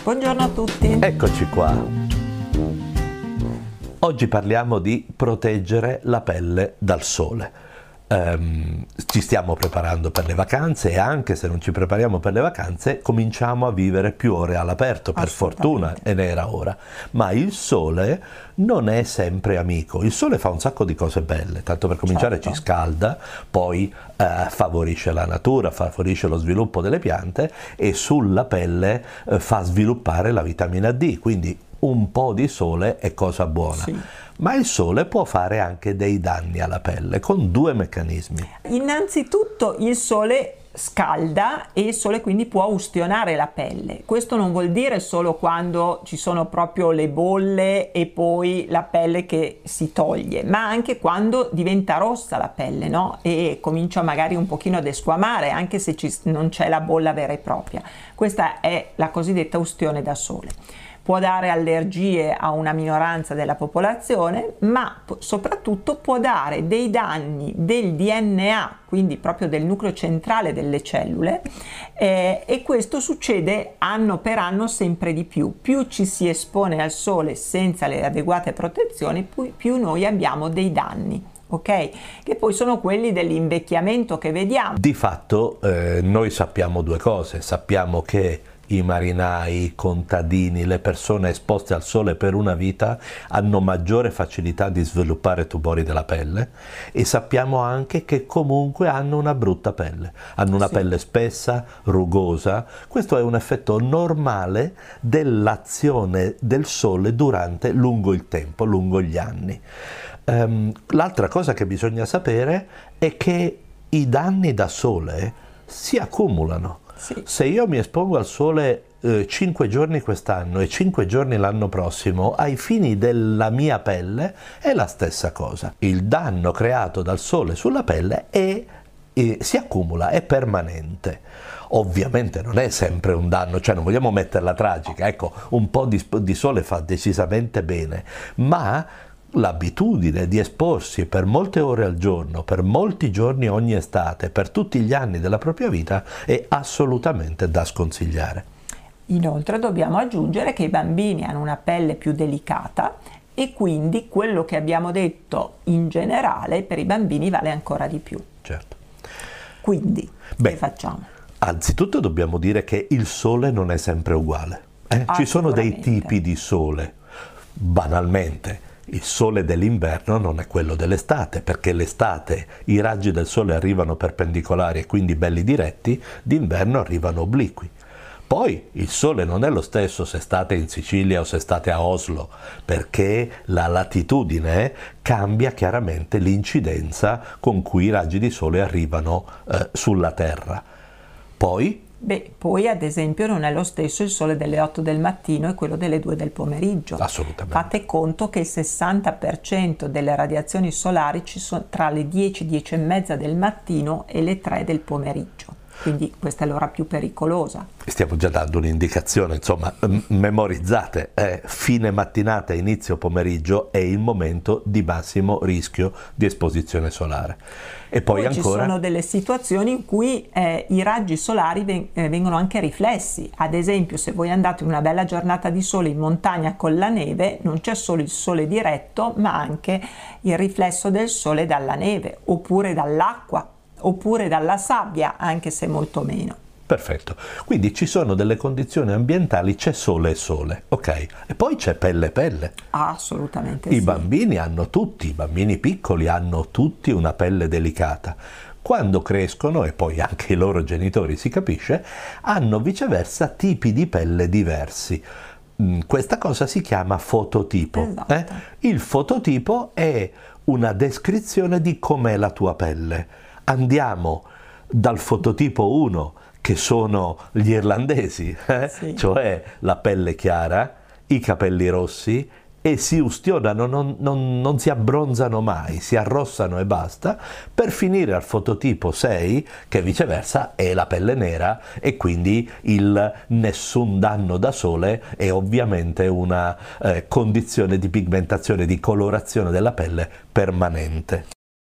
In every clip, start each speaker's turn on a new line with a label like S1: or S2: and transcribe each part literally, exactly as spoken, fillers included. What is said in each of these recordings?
S1: Buongiorno a tutti.
S2: Eccoci qua. Oggi parliamo di proteggere la pelle dal sole. Um, ci stiamo preparando per le vacanze e anche se non ci prepariamo per le vacanze cominciamo a vivere più ore all'aperto, per fortuna, e ne era ora. Ma il sole non è sempre amico. Il sole fa un sacco di cose belle, tanto per cominciare certo. Ci scalda, poi uh, favorisce la natura, favorisce lo sviluppo delle piante e sulla pelle uh, fa sviluppare la vitamina D, quindi un po' di sole è cosa buona. Sì. Ma il sole può fare anche dei danni alla pelle con due meccanismi.
S1: Innanzitutto il sole scalda e il sole quindi può ustionare la pelle. Questo non vuol dire solo quando ci sono proprio le bolle e poi la pelle che si toglie, ma anche quando diventa rossa la pelle, no? E comincia magari un pochino ad esquamare, anche se ci, non c'è la bolla vera e propria. Questa è la cosiddetta ustione da sole. Può dare allergie a una minoranza della popolazione, ma soprattutto può dare dei danni del D N A, quindi proprio del nucleo centrale delle cellule, eh, e questo succede anno per anno sempre di più. Più ci si espone al sole senza le adeguate protezioni, più, più noi abbiamo dei danni. Ok? Che poi sono quelli dell'invecchiamento che vediamo.
S2: Di fatto eh, noi sappiamo due cose, sappiamo che i marinai, i contadini, le persone esposte al sole per una vita hanno maggiore facilità di sviluppare tumori della pelle e sappiamo anche che comunque hanno una brutta pelle, hanno una sì. pelle spessa, rugosa. Questo è un effetto normale dell'azione del sole durante, lungo il tempo, lungo gli anni. Um, l'altra cosa che bisogna sapere è che i danni da sole si accumulano. Sì. Se io mi espongo al sole eh, cinque giorni quest'anno e cinque giorni l'anno prossimo, ai fini della mia pelle è la stessa cosa. Il danno creato dal sole sulla pelle è, eh, si accumula, è permanente. Ovviamente non è sempre un danno, cioè non vogliamo metterla tragica, ecco, un po' di, di sole fa decisamente bene, ma l'abitudine di esporsi per molte ore al giorno, per molti giorni ogni estate, per tutti gli anni della propria vita è assolutamente da sconsigliare.
S1: Inoltre dobbiamo aggiungere che i bambini hanno una pelle più delicata e quindi quello che abbiamo detto in generale per i bambini vale ancora di più.
S2: Certo.
S1: Quindi, Beh, che facciamo?
S2: Anzitutto dobbiamo dire che il sole non è sempre uguale. Eh?
S1: Ah,
S2: Ci sono dei tipi di sole, banalmente. Il sole dell'inverno non è quello dell'estate, perché l'estate i raggi del sole arrivano perpendicolari e quindi belli diretti, d'inverno arrivano obliqui. Poi il sole non è lo stesso se state in Sicilia o se state a Oslo, perché la latitudine cambia chiaramente l'incidenza con cui i raggi di sole arrivano eh, sulla Terra. Poi
S1: Beh, poi ad esempio non è lo stesso il sole delle otto del mattino e quello delle due del pomeriggio.
S2: Assolutamente.
S1: Fate conto che il sessanta per cento delle radiazioni solari ci sono tra le dieci, dieci e mezza del mattino e le tre del pomeriggio. Quindi questa è l'ora più pericolosa.
S2: Stiamo già dando un'indicazione, insomma, memorizzate, eh, fine mattinata e inizio pomeriggio è il momento di massimo rischio di esposizione solare. E poi, poi ancora
S1: ci sono delle situazioni in cui eh, i raggi solari ven- eh, vengono anche riflessi. Ad esempio, se voi andate in una bella giornata di sole in montagna con la neve, non c'è solo il sole diretto, ma anche il riflesso del sole dalla neve, oppure dall'acqua, oppure dalla sabbia, anche se molto meno.
S2: Perfetto, quindi ci sono delle condizioni ambientali, c'è sole e sole, ok? E poi c'è pelle e pelle.
S1: Assolutamente
S2: I
S1: sì.
S2: bambini hanno tutti, i bambini piccoli hanno tutti una pelle delicata. Quando crescono, e poi anche i loro genitori si capisce, hanno viceversa tipi di pelle diversi. Questa cosa si chiama fototipo.
S1: Esatto.
S2: Eh? Il fototipo è una descrizione di com'è la tua pelle. Andiamo dal fototipo uno, che sono gli irlandesi, eh? Sì. Cioè la pelle chiara, i capelli rossi, e si ustionano, non, non, non si abbronzano mai, si arrossano e basta, per finire al fototipo sei, che viceversa è la pelle nera e quindi il nessun danno da sole è ovviamente una eh, condizione di pigmentazione, di colorazione della pelle permanente.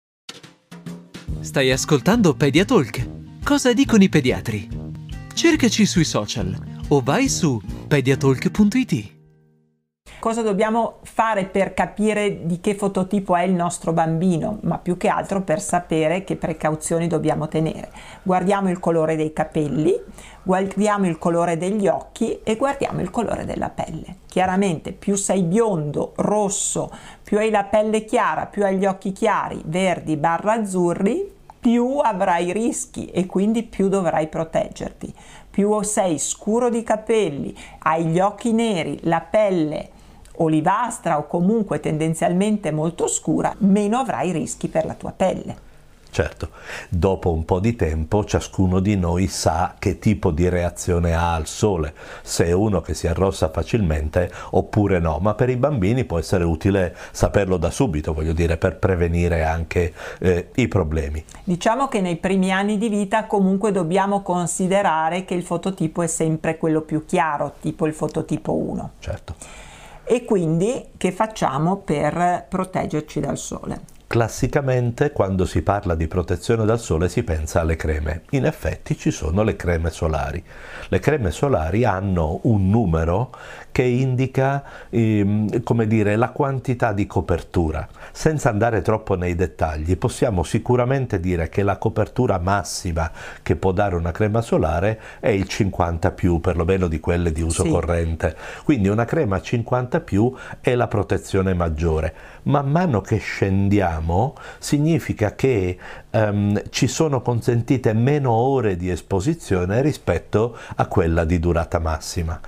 S3: Stai ascoltando Pediatalk. Cosa dicono i pediatri? Cercaci sui social o vai su pediatalk punto it.
S1: Cosa dobbiamo fare per capire di che fototipo è il nostro bambino? Ma più che altro per sapere che precauzioni dobbiamo tenere. Guardiamo il colore dei capelli, guardiamo il colore degli occhi e guardiamo il colore della pelle. Chiaramente più sei biondo, rosso, più hai la pelle chiara, più hai gli occhi chiari, verdi barra azzurri, più avrai rischi e quindi più dovrai proteggerti. Più sei scuro di capelli, hai gli occhi neri, la pelle olivastra o comunque tendenzialmente molto scura, meno avrai rischi per la tua pelle.
S2: Certo, dopo un po' di tempo ciascuno di noi sa che tipo di reazione ha al sole, se è uno che si arrossa facilmente oppure no, ma per i bambini può essere utile saperlo da subito, voglio dire, per prevenire anche eh, i problemi.
S1: Diciamo che nei primi anni di vita comunque dobbiamo considerare che il fototipo è sempre quello più chiaro, tipo il fototipo uno.
S2: Certo.
S1: E quindi che facciamo per proteggerci dal sole?
S2: Classicamente quando si parla di protezione dal sole si pensa alle creme. In effetti ci sono le creme solari. Le creme solari hanno un numero che indica ehm, come dire, la quantità di copertura. Senza andare troppo nei dettagli, possiamo sicuramente dire che la copertura massima che può dare una crema solare è il cinquanta più, perlomeno di quelle di uso
S1: sì.
S2: corrente. Quindi una crema cinquanta più è la protezione maggiore. Man mano che scendiamo significa che um, ci sono consentite meno ore di esposizione rispetto a quella di durata massima.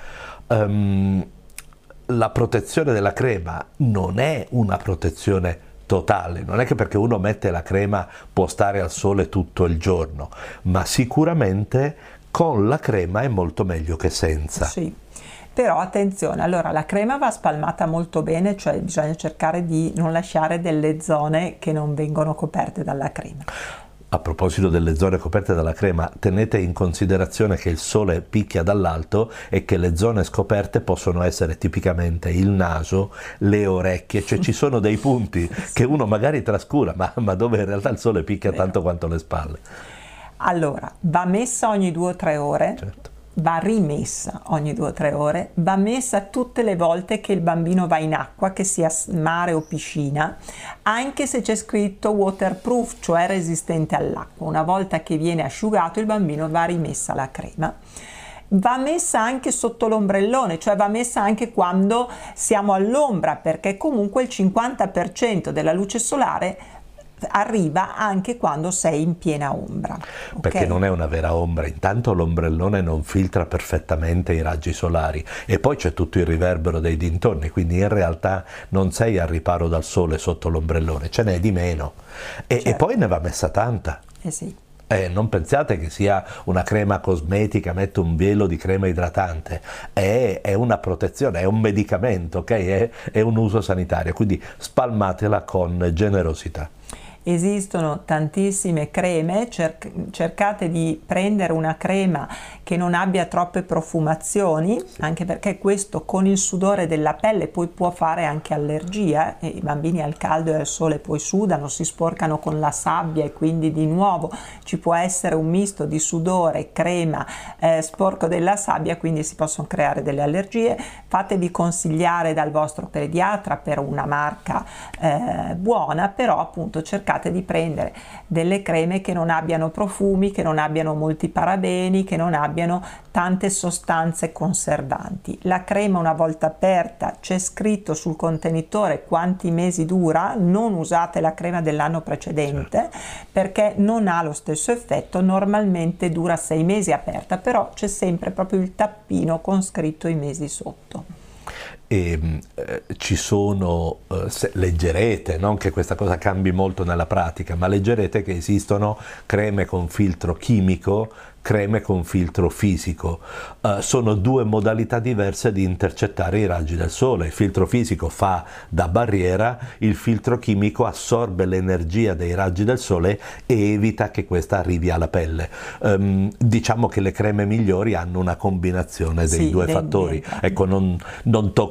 S2: Um, la protezione della crema non è una protezione totale, non è che perché uno mette la crema può stare al sole tutto il giorno, ma sicuramente con la crema è molto meglio che senza.
S1: Sì. Però attenzione, allora la crema va spalmata molto bene, cioè bisogna cercare di non lasciare delle zone che non vengono coperte dalla crema.
S2: A proposito delle zone coperte dalla crema, tenete in considerazione che il sole picchia dall'alto e che le zone scoperte possono essere tipicamente il naso, le orecchie, cioè ci sono dei punti che uno magari trascura, ma, ma dove in realtà il sole picchia
S1: Vero.
S2: tanto quanto le spalle.
S1: Allora, va messa ogni due o tre ore.
S2: Certo.
S1: Va rimessa ogni due o tre ore, va messa tutte le volte che il bambino va in acqua, che sia mare o piscina, anche se c'è scritto waterproof, cioè resistente all'acqua. Una volta che viene asciugato il bambino va rimessa la crema. Va messa anche sotto l'ombrellone, cioè va messa anche quando siamo all'ombra, perché comunque il cinquanta per cento della luce solare arriva anche quando sei in piena ombra.
S2: Perché
S1: okay?
S2: non è una vera ombra, intanto l'ombrellone non filtra perfettamente i raggi solari e poi c'è tutto il riverbero dei dintorni, quindi in realtà non sei al riparo dal sole sotto l'ombrellone, ce n'è di meno e,
S1: certo.
S2: e poi ne va messa tanta.
S1: Eh sì.
S2: Eh, non pensiate che sia una crema cosmetica, mette un velo di crema idratante, è, è una protezione, è un medicamento, ok? È, è un uso sanitario, quindi spalmatela con generosità.
S1: Esistono tantissime creme, cer- cercate di prendere una crema che non abbia troppe profumazioni, sì. Anche perché questo con il sudore della pelle poi può fare anche allergia, e i bambini al caldo e al sole poi sudano, si sporcano con la sabbia e quindi di nuovo ci può essere un misto di sudore, crema, eh, sporco della sabbia, quindi si possono creare delle allergie. Fatevi consigliare dal vostro pediatra per una marca eh, buona, però appunto cercate di prendere delle creme che non abbiano profumi, che non abbiano molti parabeni, che non abbiano tante sostanze conservanti. La crema una volta aperta c'è scritto sul contenitore quanti mesi dura, non usate la crema dell'anno precedente, certo. Perché non ha lo stesso effetto, normalmente dura sei mesi aperta, però c'è sempre proprio il tappino con scritto i mesi sotto.
S2: E eh, ci sono, eh, se, leggerete, non che questa cosa cambi molto nella pratica, ma leggerete che esistono creme con filtro chimico, creme con filtro fisico. Uh, sono due modalità diverse di intercettare i raggi del sole. Il filtro fisico fa da barriera, il filtro chimico assorbe l'energia dei raggi del sole e evita che questa arrivi alla pelle. Um, diciamo che le creme migliori hanno una combinazione dei sì, due fattori. Ecco, non, non tocca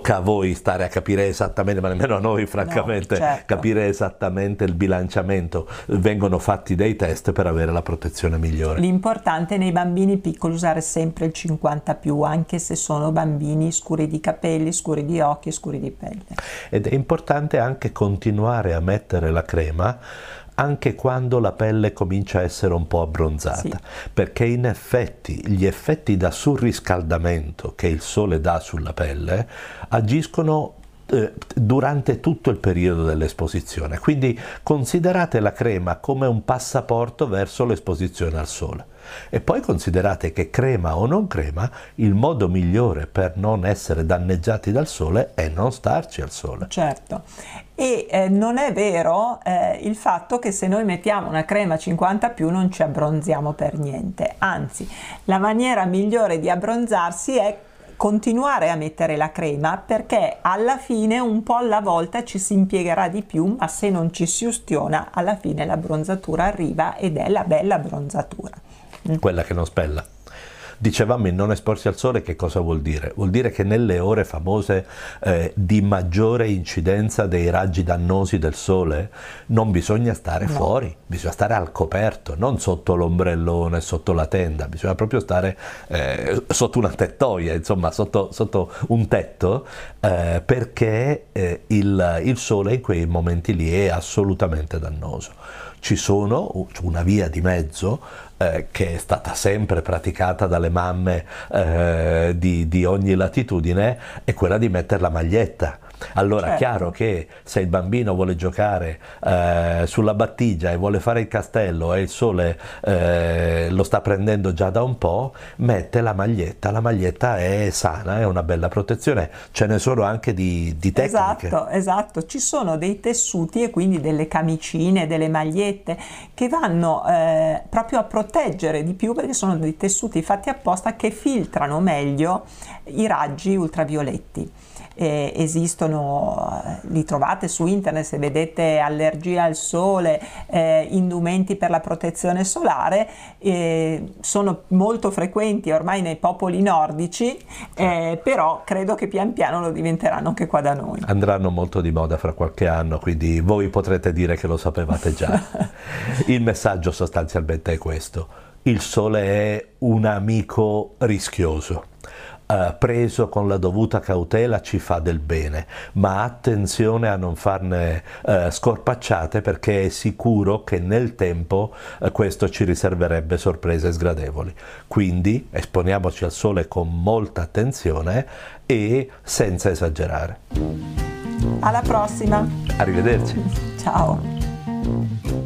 S2: tocca a voi stare a capire esattamente, ma nemmeno a noi francamente,
S1: no, certo.
S2: capire esattamente il bilanciamento. Vengono fatti dei test per avere la protezione migliore.
S1: L'importante è nei bambini piccoli usare sempre il cinquanta più, anche se sono bambini scuri di capelli, scuri di occhi, scuri di pelle.
S2: Ed è importante anche continuare a mettere la crema anche quando la pelle comincia a essere un po' abbronzata, sì. Perché in effetti gli effetti da surriscaldamento che il sole dà sulla pelle agiscono eh, durante tutto il periodo dell'esposizione, quindi considerate la crema come un passaporto verso l'esposizione al sole. E poi considerate che crema o non crema, il modo migliore per non essere danneggiati dal sole è non starci al sole.
S1: Certo, e eh, non è vero eh, il fatto che se noi mettiamo una crema cinquanta più non ci abbronziamo per niente, anzi la maniera migliore di abbronzarsi è continuare a mettere la crema, perché alla fine un po' alla volta ci si impiegherà di più, ma se non ci si ustiona alla fine l'abbronzatura arriva ed è la bella abbronzatura.
S2: Quella che non spella. Dicevamo il non esporsi al sole, che cosa vuol dire? Vuol dire che nelle ore famose eh, di maggiore incidenza dei raggi dannosi del sole non bisogna stare no. fuori, bisogna stare al coperto, non sotto l'ombrellone, sotto la tenda, bisogna proprio stare eh, sotto una tettoia, insomma sotto, sotto un tetto, eh, perché eh, il, il sole in quei momenti lì è assolutamente dannoso. Ci sono una via di mezzo eh, che è stata sempre praticata dalle mamme eh, di, di ogni latitudine, è quella di mettere la maglietta. Allora, certo. Chiaro che se il bambino vuole giocare eh, sulla battigia e vuole fare il castello e il sole eh, lo sta prendendo già da un po', mette la maglietta. La maglietta è sana, è una bella protezione. Ce ne sono anche di, di tecniche.
S1: Esatto, esatto. Ci sono dei tessuti e quindi delle camicine, delle magliette che vanno eh, proprio a proteggere di più, perché sono dei tessuti fatti apposta che filtrano meglio i raggi ultravioletti. Eh, esistono, li trovate su internet, se vedete allergia al sole, eh, indumenti per la protezione solare, eh, sono molto frequenti ormai nei popoli nordici, eh, però credo che pian piano lo diventeranno anche qua da noi.
S2: Andranno molto di moda fra qualche anno, quindi voi potrete dire che lo sapevate già. Il messaggio sostanzialmente è questo: il sole è un amico rischioso. Uh, preso con la dovuta cautela ci fa del bene, ma attenzione a non farne uh, scorpacciate, perché è sicuro che nel tempo uh, questo ci riserverebbe sorprese sgradevoli. Quindi esponiamoci al sole con molta attenzione e senza esagerare.
S1: Alla prossima!
S2: Arrivederci!
S1: Ciao!